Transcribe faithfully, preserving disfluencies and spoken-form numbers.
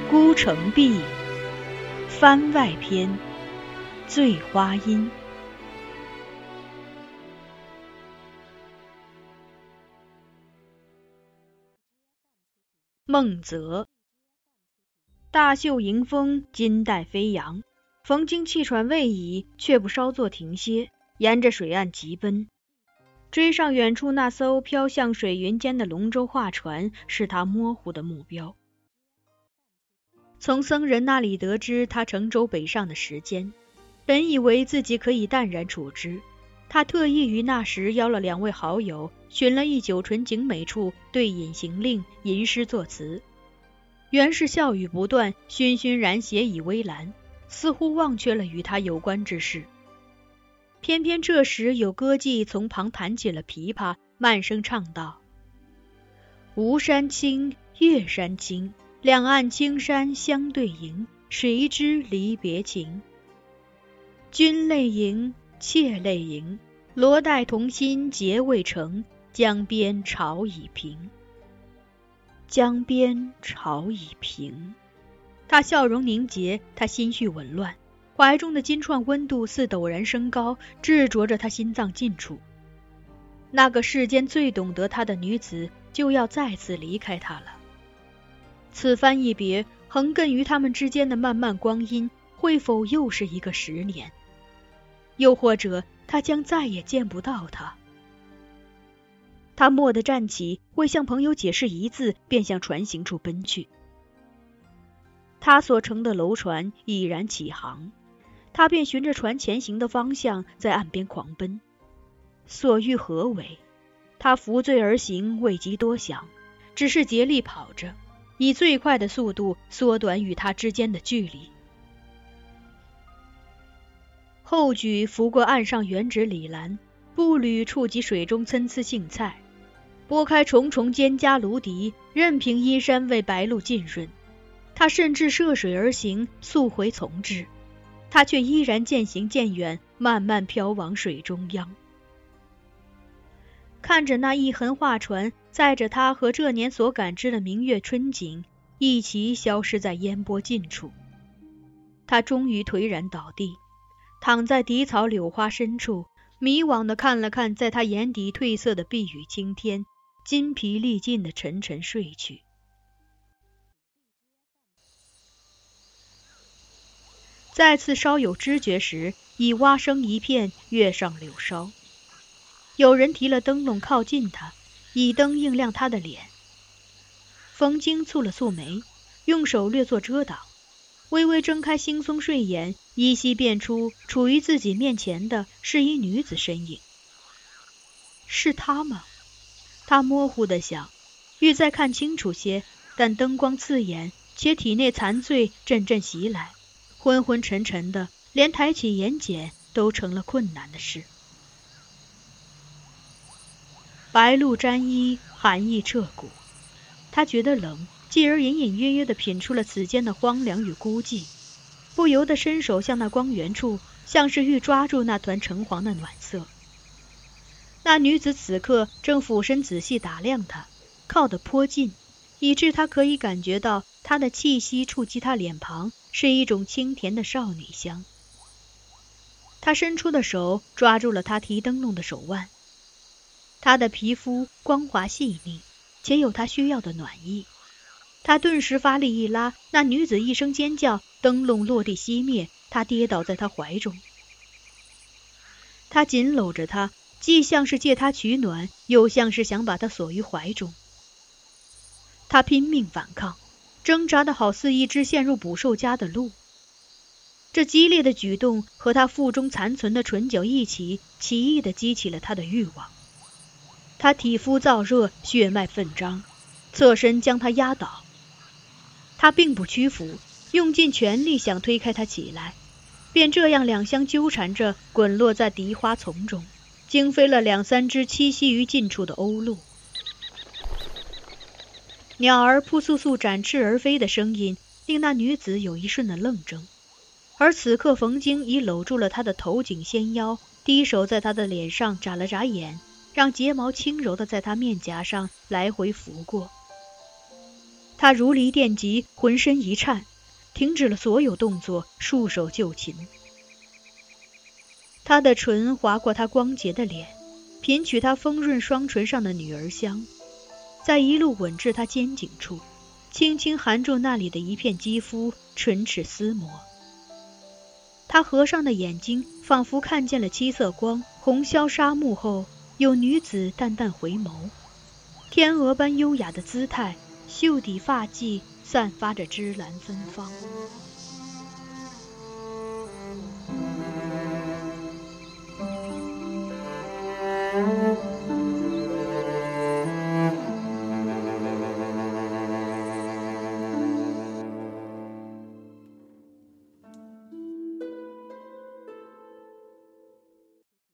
孤城闭，番外篇，醉花阴。孟泽，大袖迎风，金带飞扬。冯京气喘未已，却不稍作停歇，沿着水岸疾奔，追上远处那艘飘向水云间的龙舟画船，是他模糊的目标。从僧人那里得知他乘舟北上的时间，本以为自己可以淡然处之，他特意于那时邀了两位好友，寻了一酒纯景美处，对饮行令，吟诗作词，原是笑语不断，熏熏然斜以微澜，似乎忘却了与他有关之事。偏偏这时有歌妓从旁弹起了琵琶，慢声唱道：吴山青，岳山青，两岸青山相对迎，谁知离别情。君泪盈，妾泪盈，罗带同心结未成，江边潮已平。江边潮已平。他笑容凝结，他心绪紊乱，怀中的金钏温度似陡然升高，炙灼着他心脏近处。那个世间最懂得他的女子就要再次离开他了。此番一别，横亘于他们之间的漫漫光阴，会否又是一个十年？又或者他将再也见不到他？他蓦地站起，未向朋友解释一字，便向船行处奔去。他所乘的楼船已然起航，他便循着船前行的方向在岸边狂奔。所欲何为？他扶醉而行，未及多想，只是竭力跑着，以最快的速度缩短与他之间的距离。后举拂过岸上原址李兰，步履触及水中参差荇菜，拨开重重蒹葭芦荻，任凭衣衫为白露浸润。他甚至涉水而行，速回从之，他却依然渐行渐远，慢慢飘往水中央。看着那一横画船载着他和这年所感知的明月春景一齐消失在烟波尽处，他终于颓然倒地，躺在荻草柳花深处，迷惘地看了看在他眼底褪色的碧宇青天，筋疲力尽地沉沉睡去。再次稍有知觉时，已蛙声一片，月上柳梢。有人提了灯笼靠近他，以灯映亮他的脸。冯京蹙了蹙眉，用手略作遮挡，微微睁开惺忪睡眼，依稀辨出处于自己面前的是一女子身影。是她吗？他模糊地想，欲再看清楚些，但灯光刺眼，且体内残醉阵阵袭来，昏昏沉沉的，连抬起眼睑都成了困难的事。白露沾衣，寒意彻骨，他觉得冷，继而隐隐约约地品出了此间的荒凉与孤寂，不由得伸手向那光源处，像是欲抓住那团橙黄的暖色。那女子此刻正俯身仔细打量他，靠得颇近，以致他可以感觉到她的气息触及他脸庞，是一种清甜的少女香。他伸出的手抓住了她提灯笼的手腕，她的皮肤光滑细腻，且有她需要的暖意。他顿时发力一拉，那女子一声尖叫，灯笼落地熄灭，她跌倒在他怀中。他紧搂着她，既像是借她取暖，又像是想把她锁于怀中。他拼命反抗，挣扎的好似一只陷入捕兽夹的鹿。这激烈的举动和他腹中残存的唇角一起，奇异地激起了他的欲望。他体肤燥热，血脉奋张，侧身将他压倒。他并不屈服，用尽全力想推开他起来，便这样两相纠缠着，滚落在荻花丛中，惊飞了两三只栖息于近处的鸥鹭。鸟儿扑簌簌展翅而飞的声音令那女子有一瞬的愣怔，而此刻冯京已搂住了她的头颈纤腰，低手在她的脸上眨了眨眼，让睫毛轻柔地在她面颊上来回拂过。 他如临电击，浑身一颤，停止了所有动作，束手就擒。他的唇划过他光洁的脸，品取他丰润双唇上的女儿香，再一路吻至他肩颈处，轻轻含住那里的一片肌肤，唇齿厮磨。他合上的眼睛仿佛看见了七色光，红消沙幕后有女子淡淡回眸，天鹅般优雅的姿态，袖底发髻散发着芝兰芬芳。